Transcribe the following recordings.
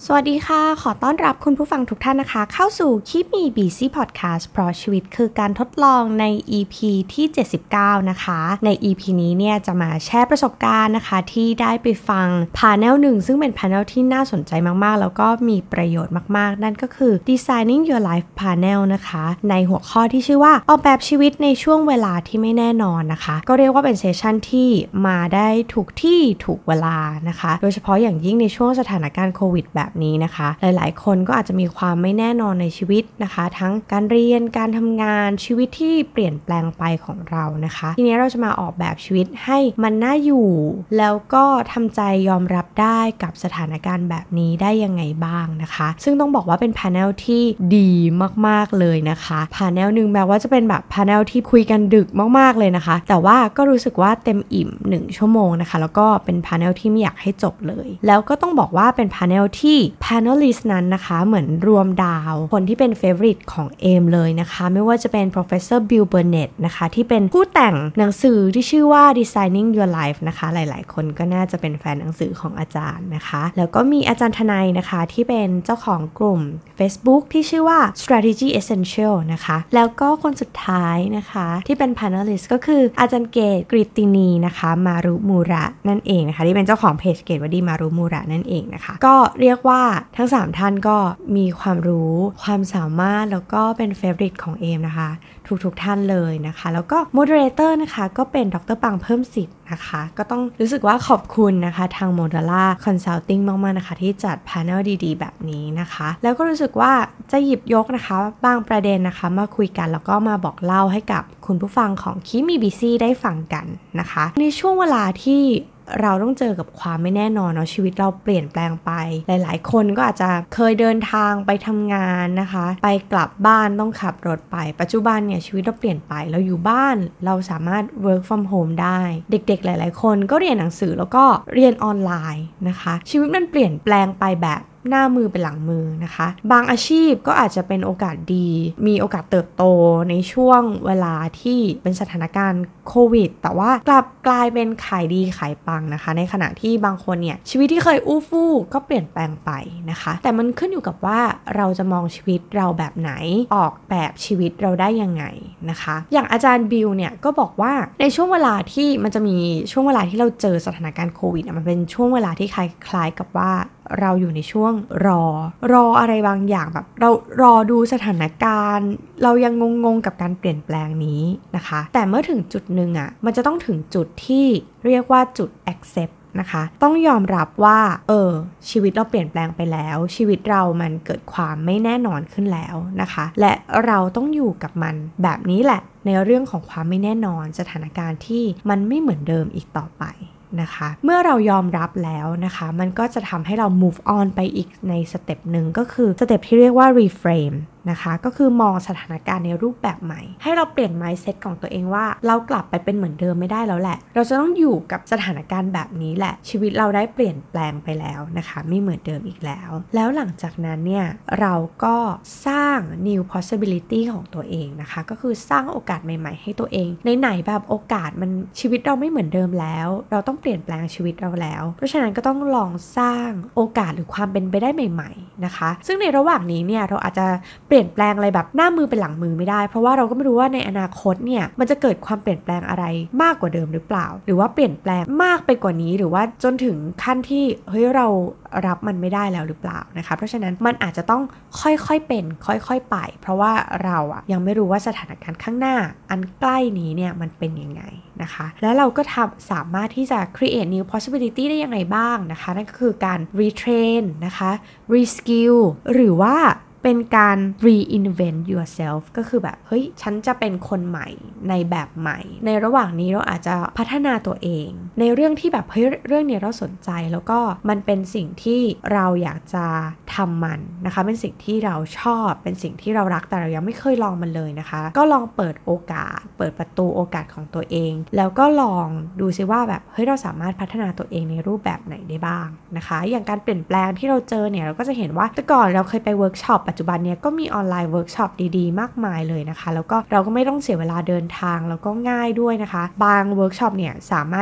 สวัสดีค่ะขอต้อนรับคุณผู้ฟังทุกท่านนะคะเข้าสู่ Keep Me Busy Podcast เพราะชีวิตคือการทดลองใน EP ที่79นะคะใน EP นี้เนี่ยจะมาแชร์ประสบการณ์นะคะที่ได้ไปฟัง panel หนึ่งซึ่งเป็น panel ที่น่าสนใจมากๆแล้วก็มีประโยชน์มากๆนั่นก็คือ Designing Your Life Panel นะคะในหัวข้อที่ชื่อว่าออกแบบชีวิตในช่วงเวลาที่ไม่แน่นอนนะคะก็เรียกว่าเป็นเซสชั่นที่มาได้ถูกที่ถูกเวลานะคะโดยเฉพาะอย่างยิ่งในช่วงสถานการณ์โควิดแบบนี้นะคะหลายๆคนก็อาจจะมีความไม่แน่นอนในชีวิตนะคะทั้งการเรียนการทำงานชีวิตที่เปลี่ยนแปลงไปของเรานะคะทีนี้เราจะมาออกแบบชีวิตให้มันน่าอยู่แล้วก็ทำใจยอมรับได้กับสถานการณ์แบบนี้ได้ยังไงบ้างนะคะซึ่งต้องบอกว่าเป็นพาเนลที่ดีมากๆเลยนะคะพาเนลนึงแม้ว่าจะเป็นแบบพาเนลที่คุยกันดึกมากๆเลยนะคะแต่ว่าก็รู้สึกว่าเต็มอิ่ม1ชั่วโมงนะคะแล้วก็เป็นพาเนลที่ไม่อยากให้จบเลยแล้วก็ต้องบอกว่าเป็นพาเนลที่panelist นั้นนะคะเหมือนรวมดาวคนที่เป็น favorite ของเอมเลยนะคะไม่ว่าจะเป็น Professor Bill Burnett นะคะที่เป็นผู้แต่งหนังสือที่ชื่อว่า Designing Your Life นะคะหลายๆคนก็น่าจะเป็นแฟนหนังสือของอาจารย์นะคะแล้วก็มีอาจารย์ทนายนะคะที่เป็นเจ้าของกลุ่ม Facebook ที่ชื่อว่า Strategy Essential นะคะแล้วก็คนสุดท้ายนะคะที่เป็น panelist ก็คืออาจารย์เกตกฤตินีนะคะมารุมูระนั่นเองนะคะที่เป็นเจ้าของเพจเกตวดีมารุมูระนั่นเองนะคะก็เรียกว่าทั้ง3ท่านก็มีความรู้ความสามารถแล้วก็เป็นเฟเวอริตของเอมนะคะทุกท่านเลยนะคะแล้วก็โมเดเลเตอร์นะคะก็เป็นดร.ปังเพิ่มสิทธิ์นะคะก็ต้องรู้สึกว่าขอบคุณนะคะทาง Modala Consulting มากๆนะคะที่จัด panel ดีๆแบบนี้นะคะแล้วก็รู้สึกว่าจะหยิบยกนะคะบางประเด็นนะคะมาคุยกันแล้วก็มาบอกเล่าให้กับคุณผู้ฟังของ Keep Me Busy ได้ฟังกันนะคะในช่วงเวลาที่เราต้องเจอกับความไม่แน่นอนเนาะชีวิตเราเปลี่ยนแปลงไปหลายๆคนก็อาจจะเคยเดินทางไปทำงานนะคะไปกลับบ้านต้องขับรถไปปัจจุบันเนี่ยชีวิตเราเปลี่ยนไปเราอยู่บ้านเราสามารถ work from home ได้เด็กๆหลายๆคนก็เรียนหนังสือแล้วก็เรียนออนไลน์นะคะชีวิตมันเปลี่ยนแปลงไปแบบหน้ามือเป็นหลังมือนะคะบางอาชีพก็อาจจะเป็นโอกาสดีมีโอกาสเติบโตในช่วงเวลาที่เป็นสถานการณ์โควิดแต่ว่ากลับกลายเป็นขายดีขายปังนะคะในขณะที่บางคนเนี่ยชีวิตที่เคยอู้ฟู่ก็เปลี่ยนแปลงไปนะคะแต่มันขึ้นอยู่กับว่าเราจะมองชีวิตเราแบบไหนออกแบบชีวิตเราได้ยังไงนะคะอย่างอาจารย์บิลเนี่ยก็บอกว่าในช่วงเวลาที่มันจะมีช่วงเวลาที่เราเจอสถานการณ์โควิดมันเป็นช่วงเวลาที่คล้ายๆกับว่าเราอยู่ในช่วงรออะไรบางอย่างแบบเรารอดูสถานการณ์เรายังงงๆกับการเปลี่ยนแปลงนี้นะคะแต่เมื่อถึงจุดหนึ่งมันจะต้องถึงจุดที่เรียกว่าจุด accept นะคะต้องยอมรับว่าชีวิตเราเปลี่ยนแปลงไปแล้วชีวิตเรามันเกิดความไม่แน่นอนขึ้นแล้วนะคะและเราต้องอยู่กับมันแบบนี้แหละในเรื่องของความไม่แน่นอนสถานการณ์ที่มันไม่เหมือนเดิมอีกต่อไปนะคะเมื่อเรายอมรับแล้วนะคะมันก็จะทำให้เรา move on ไปอีกในสเต็ปหนึ่งก็คือสเต็ปที่เรียกว่า reframe นะคะก็คือมองสถานการณ์ในรูปแบบใหม่ให้เราเปลี่ยน mindset ของตัวเองว่าเรากลับไปเป็นเหมือนเดิมไม่ได้แล้วแหละเราจะต้องอยู่กับสถานการณ์แบบนี้แหละชีวิตเราได้เปลี่ยนแปลงไปแล้วนะคะไม่เหมือนเดิมอีกแล้วหลังจากนั้นเนี่ยเราก็สร้าง new possibility ของตัวเองนะคะก็คือสร้างโอกาสใหม่ๆให้ตัวเองไหนๆแบบโอกาสมันชีวิตเราไม่เหมือนเดิมแล้วเราต้องเปลี่ยนแปลงชีวิตเราแล้วเพราะฉะนั้นก็ต้องลองสร้างโอกาสหรือความเป็นไปได้ใหม่ๆนะคะซึ่งในระหว่างนี้เนี่ยเราอาจจะเปลี่ยนแปลงอะไรแบบหน้ามือเป็นหลังมือไม่ได้เพราะว่าเราก็ไม่รู้ว่าในอนาคตเนี่ยมันจะเกิดความเปลี่ยนแปลงอะไรมากกว่าเดิมหรือเปล่าหรือว่าเปลี่ยนแปลงมากไปกว่านี้หรือว่าจนถึงขั้นที่เฮ้ยเรารับมันไม่ได้แล้วหรือเปล่านะคะเพราะฉะนั้นมันอาจจะต้องค่อยๆเป็นค่อยๆไปเพราะว่าเรายังไม่รู้ว่าสถานการณ์ข้างหน้าอันใกล้นี้เนี่ยมันเป็นยังไงนะคะแล้วเราก็สามารถที่จะ create new possibility ได้ยังไงบ้างนะคะนั่นก็คือการ retrain นะคะ reskill หรือว่าเป็นการ reinvent yourself ก็คือแบบเฮ้ยฉันจะเป็นคนใหม่ในแบบใหม่ในระหว่างนี้เราอาจจะพัฒนาตัวเองในเรื่องที่แบบเฮ้ยเรื่องนี้เราสนใจแล้วก็มันเป็นสิ่งที่เราอยากจะทำมันนะคะเป็นสิ่งที่เราชอบเป็นสิ่งที่เรารักแต่เรายังไม่เคยลองมันเลยนะคะก็ลองเปิดโอกาสเปิดประตูโอกาสของตัวเองแล้วก็ลองดูซิว่าแบบเฮ้ยเราสามารถพัฒนาตัวเองในรูปแบบไหนได้บ้างนะคะอย่างการเปลี่ยนแปลงที่เราเจอเนี่ยเราก็จะเห็นว่าแต่ก่อนเราเคยไปเวิร์กช็อปปัจจุบันเนี่ยก็มีออนไลน์เวิร์กช็อปดีๆมากมายเลยนะคะแล้วก็เราก็ไม่ต้องเสียเวลาเดินทางแล้วก็ง่ายด้วยนะคะบางเวิร์กช็อปเนี่ยสามารถที่จะ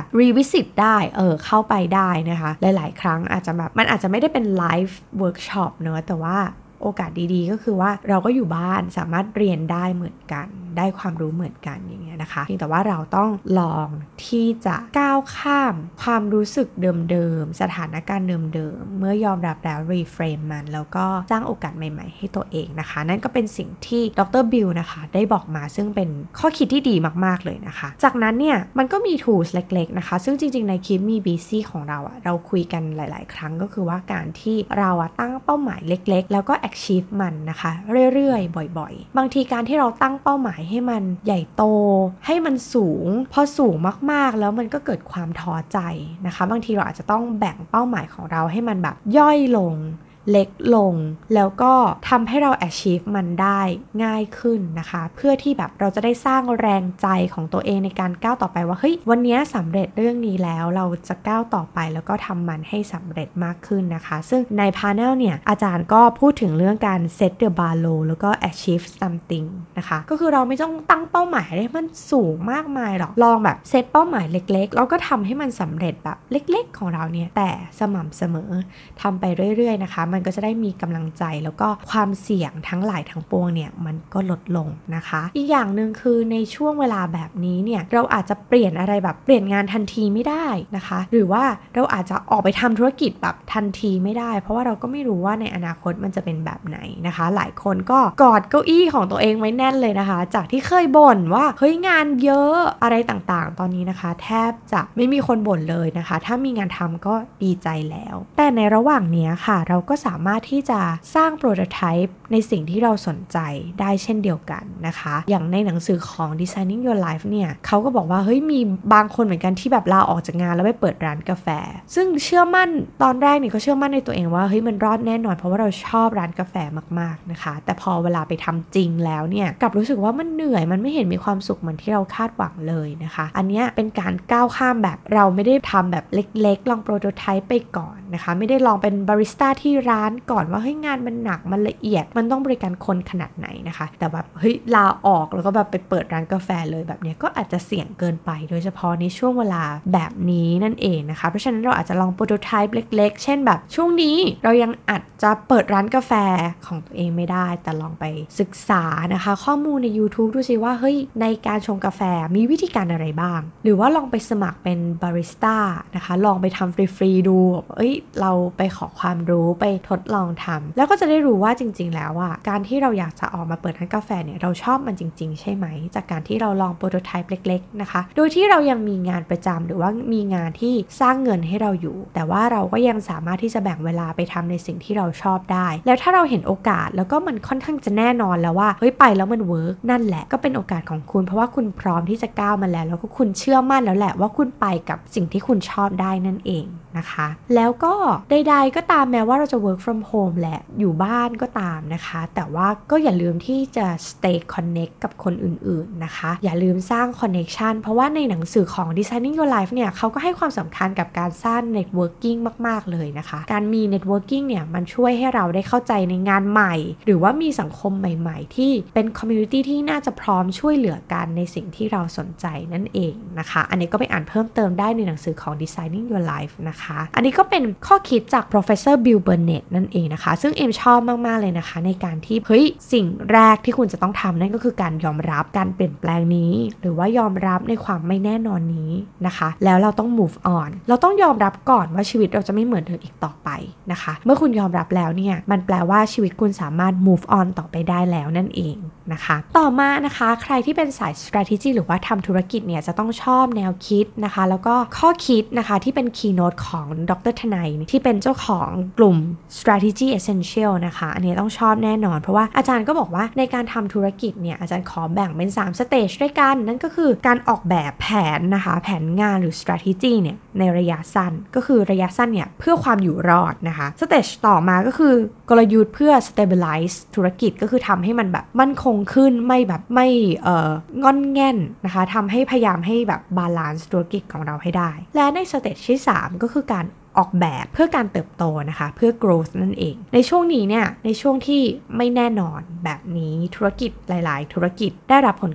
revisit ได้เข้าไปได้นะคะหลายๆครั้งอาจจะแบบมันอาจจะไม่ได้เป็น live workshop เนอะแต่ว่าโอกาสดีๆก็คือว่าเราก็อยู่บ้านสามารถเรียนได้เหมือนกันได้ความรู้เหมือนกันอย่างเงี้ยนะคะเพียงแต่ว่าเราต้องลองที่จะก้าวข้ามความรู้สึกเดิมๆสถานการณ์เดิมๆเมื่อยอมรับแล้วรีเฟรมมันแล้วก็สร้างโอกาสใหม่ๆให้ตัวเองนะคะนั่นก็เป็นสิ่งที่ดร.บิลนะคะได้บอกมาซึ่งเป็นข้อคิดที่ดีมากๆเลยนะคะจากนั้นเนี่ยมันก็มี tools เล็กๆนะคะซึ่งจริงๆในคลิปมี BC ของเราเราคุยกันหลายๆครั้งก็คือว่าการที่เราตั้งเป้าหมายเล็กๆแล้วก็ achieve มันนะคะเรื่อยๆบ่อยๆบางทีการที่เราตั้งเป้าหมายให้มันใหญ่โตให้มันสูงพอสูงมากๆแล้วมันก็เกิดความท้อใจนะคะบางทีเราอาจจะต้องแบ่งเป้าหมายของเราให้มันแบบย่อยลงเล็กลงแล้วก็ทำให้เรา achieve มันได้ง่ายขึ้นนะคะเพื่อที่แบบเราจะได้สร้างแรงใจของตัวเองในการก้าวต่อไปว่าเฮ้ยวันนี้สำเร็จเรื่องนี้แล้วเราจะก้าวต่อไปแล้วก็ทำมันให้สำเร็จมากขึ้นนะคะซึ่งใน panel เนี่ยอาจารย์ก็พูดถึงเรื่องการ set the bar low แล้วก็ achieve something นะคะก็คือเราไม่ต้องตั้งเป้าหมายให้มันสูงมากมายหรอกลองแบบเซตเป้าหมายเล็กๆแล้วก็ทำให้มันสำเร็จแบบเล็กๆของเราเนี่ยแต่สม่ำเสมอทำไปเรื่อยๆนะคะมันก็จะได้มีกำลังใจแล้วก็ความเสี่ยงทั้งหลายทั้งปวงเนี่ยมันก็ลดลงนะคะอีกอย่างหนึ่งคือในช่วงเวลาแบบนี้เนี่ยเราอาจจะเปลี่ยนอะไรแบบเปลี่ยนงานทันทีไม่ได้นะคะหรือว่าเราอาจจะออกไปทำธุรกิจแบบทันทีไม่ได้เพราะว่าเราก็ไม่รู้ว่าในอนาคตมันจะเป็นแบบไหนนะคะหลายคนก็กอดเก้าอี้ของตัวเองไว้แน่นเลยนะคะจากที่เคยบ่นว่าเฮ้ยงานเยอะอะไรต่างๆตอนนี้นะคะแทบจะไม่มีคนบ่นเลยนะคะถ้ามีงานทำก็ดีใจแล้วแต่ในระหว่างนี้ค่ะเราก็สามารถที่จะสร้างโปรโตไทป์ในสิ่งที่เราสนใจได้เช่นเดียวกันนะคะอย่างในหนังสือของ Designing Your Life เนี่ยเขาก็บอกว่าเฮ้ยมีบางคนเหมือนกันที่แบบลาออกจากงานแล้วไปเปิดร้านกาแฟซึ่งเชื่อมั่นตอนแรกเนี่ยก็เชื่อมั่นในตัวเองว่าเฮ้ยมันรอดแน่นอนเพราะว่าเราชอบร้านกาแฟมากๆนะคะแต่พอเวลาไปทำจริงแล้วเนี่ยกลับรู้สึกว่ามันเหนื่อยมันไม่เห็นมีความสุขเหมือนที่เราคาดหวังเลยนะคะอันนี้เป็นการก้าวข้ามแบบเราไม่ได้ทำแบบเล็กๆลองโปรโตไทป์ไปก่อนนะคะไม่ได้ลองเป็นบาริสต้าที่ร้านก่อนว่าเฮ้ยงานมันหนักมันละเอียดมันต้องบริการคนขนาดไหนนะคะแต่แบบเฮ้ยลาออกแล้วก็แบบไปเปิดร้านกาแฟเลยแบบนี้ก็อาจจะเสี่ยงเกินไปโดยเฉพาะในช่วงเวลาแบบนี้นั่นเองนะคะเพราะฉะนั้นเราอาจจะลองโปรโตไทป์เล็กๆเช่นแบบช่วงนี้เรายังอาจจะเปิดร้านกาแฟของตัวเองไม่ได้แต่ลองไปศึกษานะคะข้อมูลใน YouTube ดูสิว่าเฮ้ยในการชงกาแฟมีวิธีการอะไรบ้างหรือว่าลองไปสมัครเป็นบาริสต้านะคะลองไปทำฟรีๆดูเราไปขอความรู้ไปทดลองทำแล้วก็จะได้รู้ว่าจริงๆแล้วการที่เราอยากจะออกมาเปิดร้านกาแฟเนี่ยเราชอบมันจริงๆใช่ไหมจากการที่เราลองโปรโตไทป์เล็กๆนะคะโดยที่เรายังมีงานประจำหรือว่ามีงานที่สร้างเงินให้เราอยู่แต่ว่าเราก็ยังสามารถที่จะแบ่งเวลาไปทำในสิ่งที่เราชอบได้แล้วถ้าเราเห็นโอกาสแล้วก็มันค่อนข้างจะแน่นอนแล้วว่าเฮ้ยไปแล้วมันเวิร์กนั่นแหละก็เป็นโอกาสของคุณเพราะว่าคุณพร้อมที่จะก้าวมาแล้วก็คุณเชื่อมั่นแล้วแหละว่าคุณไปกับสิ่งที่คุณชอบได้นั่นเองนะคะแล้วก็ใดๆก็ตามแม้ว่าเราจะ work from home แหละอยู่บ้านก็ตามนะคะแต่ว่าก็อย่าลืมที่จะ stay connect กับคนอื่นๆนะคะอย่าลืมสร้าง connection เพราะว่าในหนังสือของ Designing Your Life เนี่ยเขาก็ให้ความสำคัญกับการสร้าง networking มากๆเลยนะคะการมี networking เนี่ยมันช่วยให้เราได้เข้าใจในงานใหม่หรือว่ามีสังคมใหม่ๆที่เป็น community ที่น่าจะพร้อมช่วยเหลือกันในสิ่งที่เราสนใจนั่นเองนะคะอันนี้ก็ไปอ่านเพิ่มเติมได้ในหนังสือของ Designing Your Life นะคะอันนี้ก็เป็นข้อคิดจาก Professor Bill Burnett นั่นเองนะคะซึ่งเอมชอบมากๆเลยนะคะในการที่เฮ้ยสิ่งแรกที่คุณจะต้องทำนั่นก็คือการยอมรับการเปลี่ยนแปลงนี้หรือว่ายอมรับในความไม่แน่นอนนี้นะคะแล้วเราต้อง move on เราต้องยอมรับก่อนว่าชีวิตเราจะไม่เหมือนเดิมอีกต่อไปนะคะเมื่อคุณยอมรับแล้วเนี่ยมันแปลว่าชีวิตคุณสามารถ move on ต่อไปได้แล้วนั่นเองนะคะต่อมานะคะใครที่เป็นสาย strategy หรือว่าทำธุรกิจเนี่ยจะต้องชอบแนวคิดนะคะแล้วก็ข้อคิดนะคะที่เป็น keynote ของดร.ทนายที่เป็นเจ้าของกลุ่ม strategy essential นะคะอันนี้ต้องชอบแน่นอนเพราะว่าอาจารย์ก็บอกว่าในการทำธุรกิจเนี่ยอาจารย์ขอแบ่งเป็น3 stage ด้วยกันนั่นก็คือการออกแบบแผนนะคะแผนงานหรือ strategy เนี่ยในระยะสั้นก็คือระยะสั้นเนี่ยเพื่อความอยู่รอดนะคะ stage ต่อมาก็คือกลยุทธ์เพื่อ stabilize ธุรกิจก็คือทำให้มันแบบมั่นคงขึ้นไม่แบบไม่งอนแง่นนะคะทำให้พยายามให้แบบบาลานซ์ธุรกิจของเราให้ได้และใน stage ที่3ก็คือการออกแบบเพื่อการเติบโตนะคะเพื่อ growth นั่นเองในช่วงนี้เนี่ยในช่วงที่ไม่แน่นอนแบบนี้ธุรกิจหลายๆธุรกิจได้รับผลกระทบ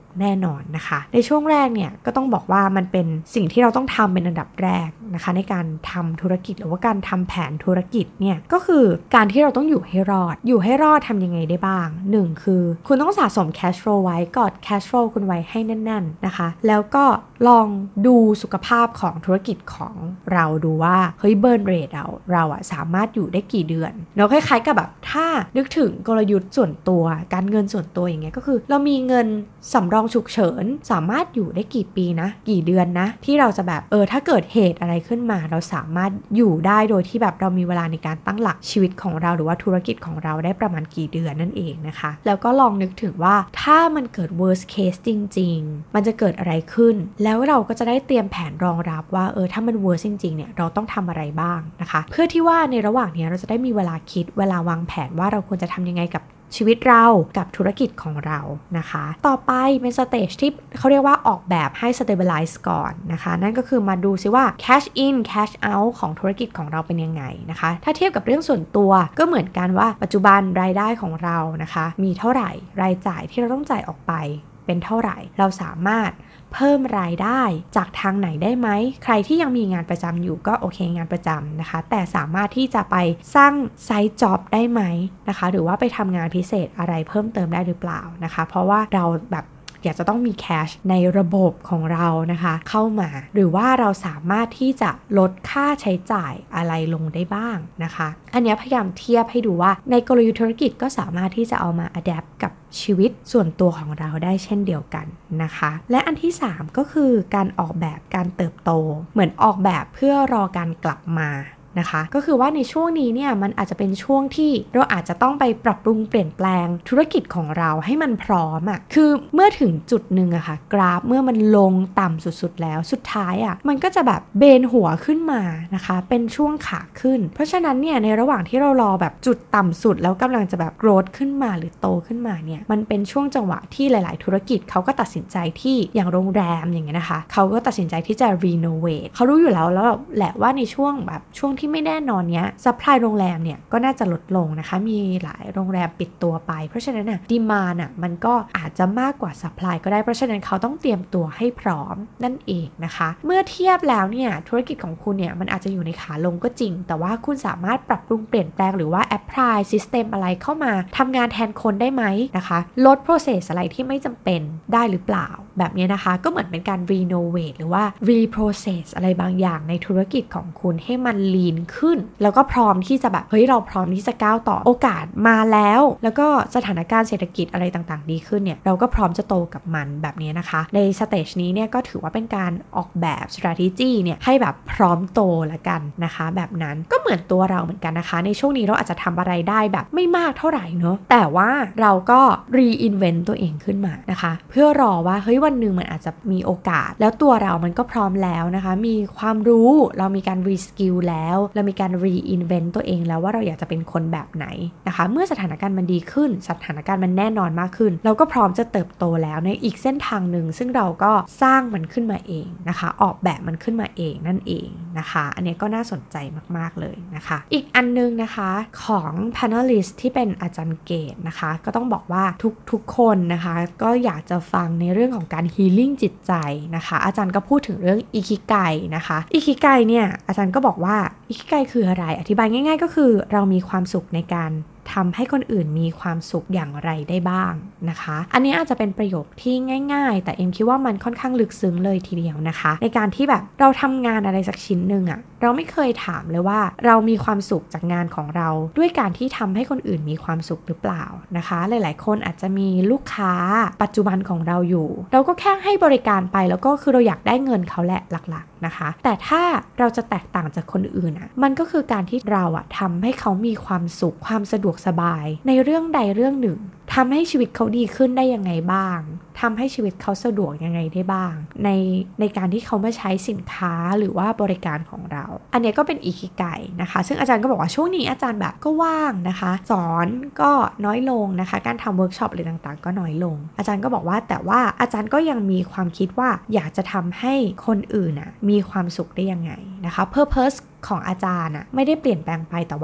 แน่นอนนะคะในช่วงแรกเนี่ยก็ต้องบอกว่ามันเป็นสิ่งที่เราต้องทำเป็นอันดับแรกนะคะในการทำธุรกิจหรือว่าการทำแผนธุรกิจเนี่ยก็คือการที่เราต้องอยู่ให้รอดทำยังไงได้บ้าง1คือคุณต้องสะสม cash flow ไว้กอด cash flow คุณไว้ให้แน่นๆนะคะแล้วก็ลองดูสุขภาพของธุรกิจของเราดูว่าเฮ้ย burn rate เราอะสามารถอยู่ได้กี่เดือนเนาะคล้ายๆกับแบบถ้านึกถึงกลยุทธ์ส่วนตัวการเงินส่วนตัวอย่างเงี้ยก็คือเรามีเงินสำรองฉุกเฉินสามารถอยู่ได้กี่ปีนะกี่เดือนนะที่เราจะแบบถ้าเกิดเหตุอะไรขึ้นมาเราสามารถอยู่ได้โดยที่แบบเรามีเวลาในการตั้งหลักชีวิตของเราหรือว่าธุรกิจของเราได้ประมาณกี่เดือนนั่นเองนะคะแล้วก็ลองนึกถึงว่าถ้ามันเกิด worst case จริงๆมันจะเกิดอะไรขึ้นแล้วเราก็จะได้เตรียมแผนรองรับว่าถ้ามัน worst จริงๆเนี่ยเราต้องทำอะไรบ้างนะคะเพื่อที่ว่าในระหว่างนี้เราจะได้มีเวลาคิดเวลาวางแผนว่าเราควรจะทำยังไงกับชีวิตเรากับธุรกิจของเรานะคะต่อไปเป็นสเตจที่เขาเรียกว่าออกแบบให้ stabilize ก่อนนะคะนั่นก็คือมาดูซิว่า cash in cash out ของธุรกิจของเราเป็นยังไงนะคะถ้าเทียบกับเรื่องส่วนตัวก็เหมือนกันว่าปัจจุบันรายได้ของเรานะคะมีเท่าไหร่รายจ่ายที่เราต้องจ่ายออกไปเป็นเท่าไหร่เราสามารถเพิ่มรายได้จากทางไหนได้ไหมใครที่ยังมีงานประจำอยู่ก็โอเคงานประจำนะคะแต่สามารถที่จะไปสร้างไซด์จ็อบได้ไหมนะคะหรือว่าไปทำงานพิเศษอะไรเพิ่มเติมได้หรือเปล่านะคะเพราะว่าเราแบบอยากจะต้องมีแคชในระบบของเรานะคะเข้ามาหรือว่าเราสามารถที่จะลดค่าใช้จ่ายอะไรลงได้บ้างนะคะอันนี้พยายามเทียบให้ดูว่าในกลยุทธ์ธุรกิจก็สามารถที่จะเอามาอัดแอปกับชีวิตส่วนตัวของเราได้เช่นเดียวกันนะคะและอันที่3ก็คือการออกแบบการเติบโตเหมือนออกแบบเพื่อรอการกลับมานะคะก็คือว่าในช่วงนี้เนี่ยมันอาจจะเป็นช่วงที่เราอาจจะต้องไปปรับปรุงเปลี่ยนแปลงธุรกิจของเราให้มันพร้อมคือเมื่อถึงจุดหนึ่งอะค่ะกราฟเมื่อมันลงต่ำสุดๆแล้วสุดท้ายมันก็จะแบบเบนหัวขึ้นมานะคะเป็นช่วงขาขึ้นเพราะฉะนั้นเนี่ยในระหว่างที่เรารอแบบจุดต่ำสุดแล้วกำลังจะแบบโกรธขึ้นมาหรือโตขึ้นมาเนี่ยมันเป็นช่วงจังหวะที่หลายๆธุรกิจเขาก็ตัดสินใจที่อย่างโรงแรมอย่างเงี้ยนะคะเขาก็ตัดสินใจที่จะรีโนเวทเขารู้อยู่แล้วแหละว่าในช่วงที่ไม่แน่นอนเนี้ยซัพพลายโรงแรมเนี่ยก็น่าจะลดลงนะคะมีหลายโรงแรมปิดตัวไปเพราะฉะนั้นดีมานด์มันก็อาจจะมากกว่าซัพพลายก็ได้เพราะฉะนั้นเขาต้องเตรียมตัวให้พร้อมนั่นเองนะคะเมื่อเทียบแล้วเนี่ยธุรกิจของคุณเนี่ยมันอาจจะอยู่ในขาลงก็จริงแต่ว่าคุณสามารถปรับปรุงเปลี่ยนแปลงหรือว่าแอพพลายซิสเต็มอะไรเข้ามาทำงานแทนคนได้ไหมนะคะลด process อะไรที่ไม่จำเป็นได้หรือเปล่าแบบนี้นะคะก็เหมือนเป็นการรีโนเวทหรือว่า reprocess อะไรบางอย่างในธุรกิจของคุณให้มัน lean ขึ้นแล้วก็พร้อมที่จะแบบเฮ้ยเราพร้อมที่จะก้าวต่อโอกาสมาแล้วก็สถานการณ์เศรษฐกิจอะไรต่างๆดีขึ้นเนี่ยเราก็พร้อมจะโตกับมันแบบนี้นะคะในสเตจนี้เนี่ยก็ถือว่าเป็นการออกแบบ strategy เนี่ยให้แบบพร้อมโตละกันนะคะแบบนั้นก็เหมือนตัวเราเหมือนกันนะคะในช่วงนี้เราอาจจะทำอะไรได้แบบไม่มากเท่าไหร่เนอะแต่ว่าเราก็ reinvent ตัวเองขึ้นมานะคะเพื่อรอว่าเฮ้ยวันหนึ่งมันอาจจะมีโอกาสแล้วตัวเรามันก็พร้อมแล้วนะคะมีความรู้เรามีการ reskill แล้วเรามีการ reinvent ตัวเองแล้วว่าเราอยากจะเป็นคนแบบไหนนะคะเมื่อสถานการณ์มันดีขึ้นสถานการณ์มันแน่นอนมากขึ้นเราก็พร้อมจะเติบโตแล้วในอีกเส้นทางหนึ่งซึ่งเราก็สร้างมันขึ้นมาเองนะคะออกแบบมันขึ้นมาเองนั่นเองนะคะอันนี้ก็น่าสนใจมากๆเลยนะคะอีกอันนึงนะคะของ panelist ที่เป็นอาจารย์เกตนะคะก็ต้องบอกว่าทุกคนนะคะก็อยากจะฟังในเรื่องของการ healing จิตใจนะคะอาจารย์ก็พูดถึงเรื่องอิคิไกนะคะอิคิไกเนี่ยอาจารย์ก็บอกว่าอิคิไกคืออะไรอธิบายง่ายๆก็คือเรามีความสุขในการทำให้คนอื่นมีความสุขอย่างไรได้บ้างนะคะอันนี้อาจจะเป็นประโยคที่ง่ายๆแต่เอ็มคิดว่ามันค่อนข้างลึกซึ้งเลยทีเดียวนะคะในการที่แบบเราทำงานอะไรสักชิ้นหนึ่งเราไม่เคยถามเลยว่าเรามีความสุขจากงานของเราด้วยการที่ทำให้คนอื่นมีความสุขหรือเปล่านะคะหลายๆคนอาจจะมีลูกค้าปัจจุบันของเราอยู่เราก็แค่ให้บริการไปแล้วก็คือเราอยากได้เงินเขาแหละหลักๆนะคะแต่ถ้าเราจะแตกต่างจากคนอื่นมันก็คือการที่เราทำให้เขามีความสุขความสะดวกสบายในเรื่องใดเรื่องหนึ่งทำให้ชีวิตเขาดีขึ้นได้ยังไงบ้างทำให้ชีวิตเขาสะดวกยังไงได้บ้างในการที่เขามาใช้สินค้าหรือว่าบริการของเราอันนี้ก็เป็นอิคิไกนะคะซึ่งอาจารย์ก็บอกว่าช่วงนี้อาจารย์แบบก็ว่างนะคะสอนก็น้อยลงนะคะการทำเวิร์กช็อปอะไรต่างๆก็น้อยลงอาจารย์ก็บอกว่าแต่ว่าอาจารย์ก็ยังมีความคิดว่าอยากจะทำให้คนอื่นมีความสุขได้ยังไงนะคะPurposeของอาจารย์ไม่ได้เปลี่ยนแปลงไปแต่ว่าเป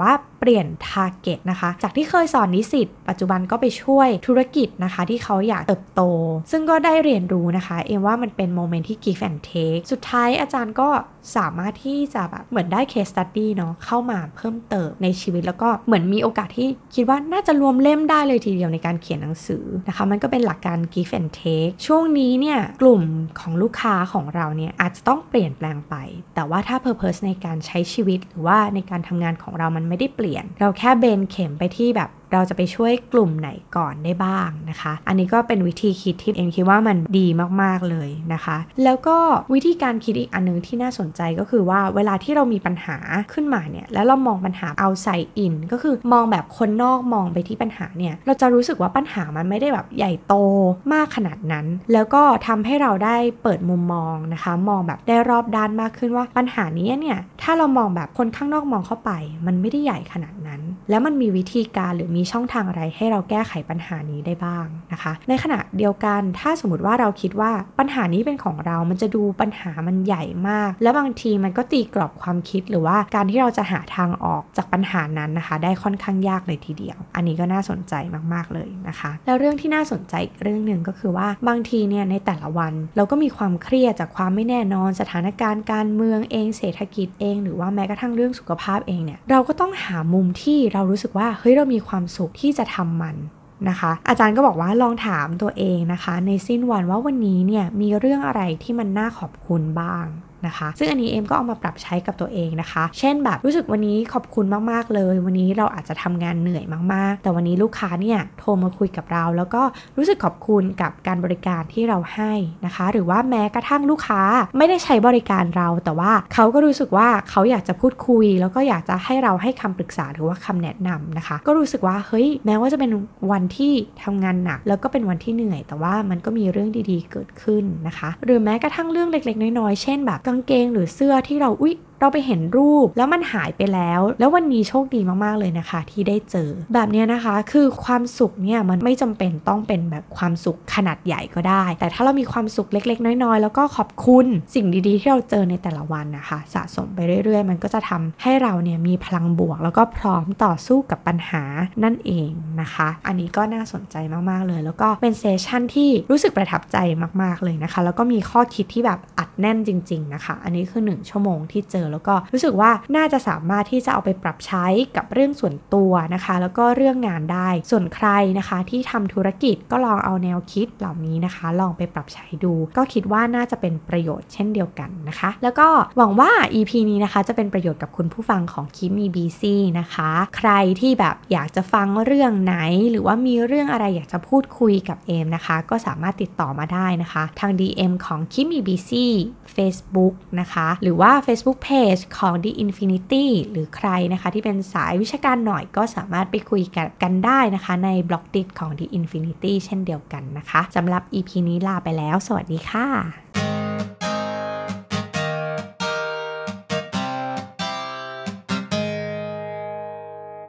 ลี่ยน target นะคะจากที่เคยสอนนิสิตปัจจุบันก็ไปช่วยธุรกิจนะคะที่เขาอยากเติบโตซึ่งก็ได้เรียนรู้นะคะเอ็มว่ามันเป็นโมเมนต์ที่ give and take สุดท้ายอาจารย์ก็สามารถที่จะแบบเหมือนได้ case study เนาะเข้ามาเพิ่มเติมในชีวิตแล้วก็เหมือนมีโอกาสที่คิดว่าน่าจะรวมเล่มได้เลยทีเดียวในการเขียนหนังสือนะคะมันก็เป็นหลักการ give and take ช่วงนี้เนี่ยกลุ่มของลูกค้าของเราเนี่ยอาจจะต้องเปลี่ยนแปลงไปแต่ว่าถ้า purpose ในการใช้ชีวิตหรือว่าในการทำงานของเรามันไม่ได้เปลี่ยนเราแค่เบนเข็มไปที่แบบเราจะไปช่วยกลุ่มไหนก่อนได้บ้างนะคะอันนี้ก็เป็นวิธีคิดที่เอ็มคิดว่ามันดีมากๆเลยนะคะแล้วก็วิธีการคิดอีกอันนึงที่น่าสนใจก็คือว่าเวลาที่เรามีปัญหาขึ้นมาเนี่ยแล้วเรามองปัญหา outside in ก็คือมองแบบคนนอกมองไปที่ปัญหาเนี่ยเราจะรู้สึกว่าปัญหามันไม่ได้แบบใหญ่โตมากขนาดนั้นแล้วก็ทำให้เราได้เปิดมุมมองนะคะมองแบบได้รอบด้านมากขึ้นว่าปัญหานี้เนี่ยถ้าเรามองแบบคนข้างนอกมองเข้าไปมันไม่ได้ใหญ่ขนาดนั้นแล้วมันมีวิธีการหรือมีช่องทางอะไรให้เราแก้ไขปัญหานี้ได้บ้างนะคะในขณะเดียวกันถ้าสมมติว่าเราคิดว่าปัญหานี้เป็นของเรามันจะดูปัญหามันใหญ่มากและบางทีมันก็ตีกรอบความคิดหรือว่าการที่เราจะหาทางออกจากปัญหานั้นนะคะได้ค่อนข้างยากเลยทีเดียวอันนี้ก็น่าสนใจมากๆเลยนะคะแล้วเรื่องที่น่าสนใจอีกเรื่องหนึ่งก็คือว่าบางทีเนี่ยในแต่ละวันเราก็มีความเครียดจากความไม่แน่นอนสถานการณ์การเมืองเองเศรษฐกิจเองหรือว่าแม้กระทั่งเรื่องสุขภาพเองเนี่ยเราก็ต้องหามุมที่เรารู้สึกว่าเฮ้ยเรามีความสุขที่จะทำมันนะคะอาจารย์ก็บอกว่าลองถามตัวเองนะคะในสิ้นวันว่าวันนี้เนี่ยมีเรื่องอะไรที่มันน่าขอบคุณบ้างนะคะซึ่งอันนี้เอ็มก็เอามาปรับใช้กับตัวเองนะคะเช่นแบบรู้สึกวันนี้ขอบคุณมากๆเลยวันนี้เราอาจจะทำงานเหนื่อยมากๆแต่วันนี้ลูกค้าเนี่ยโทรมาคุยกับเราแล้วก็รู้สึกขอบคุณกับการบริการที่เราให้นะคะหรือว่าแม้กระทั่งลูกค้าไม่ได้ใช้บริการเราแต่ว่าเขาก็รู้สึกว่าเขาอยากจะพูดคุยแล้วก็อยากจะให้เราให้คำปรึกษาหรือว่าคำแนะนำนะคะก็รู้สึกว่าเฮ้ยแม้ว่าจะเป็นวันที่ทำงานหนักแล้วก็เป็นวันที่เหนื่อยแต่ว่ามันก็มีเรื่องดีๆเกิดขึ้นนะคะหรือแม้กระทั่งเรื่องเล็กๆน้อยๆเช่นแบบกางเกงหรือเสื้อที่เราเราไปเห็นรูปแล้วมันหายไปแล้ววันนี้โชคดีมากๆเลยนะคะที่ได้เจอแบบนี้นะคะคือความสุขเนี่ยมันไม่จำเป็นต้องเป็นแบบความสุขขนาดใหญ่ก็ได้แต่ถ้าเรามีความสุขเล็กๆน้อยๆแล้วก็ขอบคุณสิ่งดีๆที่เราเจอในแต่ละวันนะคะสะสมไปเรื่อยๆมันก็จะทำให้เราเนี่ยมีพลังบวกแล้วก็พร้อมต่อสู้กับปัญหานั่นเองนะคะอันนี้ก็น่าสนใจมากๆเลยแล้วก็เป็นเซสชั่นที่รู้สึกประทับใจมากๆเลยนะคะแล้วก็มีข้อคิดที่แบบอัดแน่นจริงๆนะคะอันนี้คือ1 ชั่วโมงที่เจอแล้วก็รู้สึกว่าน่าจะสามารถที่จะเอาไปปรับใช้กับเรื่องส่วนตัวนะคะแล้วก็เรื่องงานได้ส่วนใครนะคะที่ทำธุรกิจก็ลองเอาแนวคิดเหล่านี้นะคะลองไปปรับใช้ดูก็คิดว่าน่าจะเป็นประโยชน์เช่นเดียวกันนะคะแล้วก็หวังว่า EP นี้นะคะจะเป็นประโยชน์กับคุณผู้ฟังของ Keep Me Busy นะคะใครที่แบบอยากจะฟังเรื่องไหนหรือว่ามีเรื่องอะไรอยากจะพูดคุยกับเอมนะคะก็สามารถติดต่อมาได้นะคะทาง DM ของ Keep Me Busy Facebook นะคะหรือว่า Facebook Page ของ The Infinity หรือใครนะคะที่เป็นสายวิชาการหน่อยก็สามารถไปคุยกันได้นะคะในบล็อกดิของ The Infinity เช่นเดียวกันนะคะสำหรับ EP นี้ลาไปแล้วสวัสดีค่ะ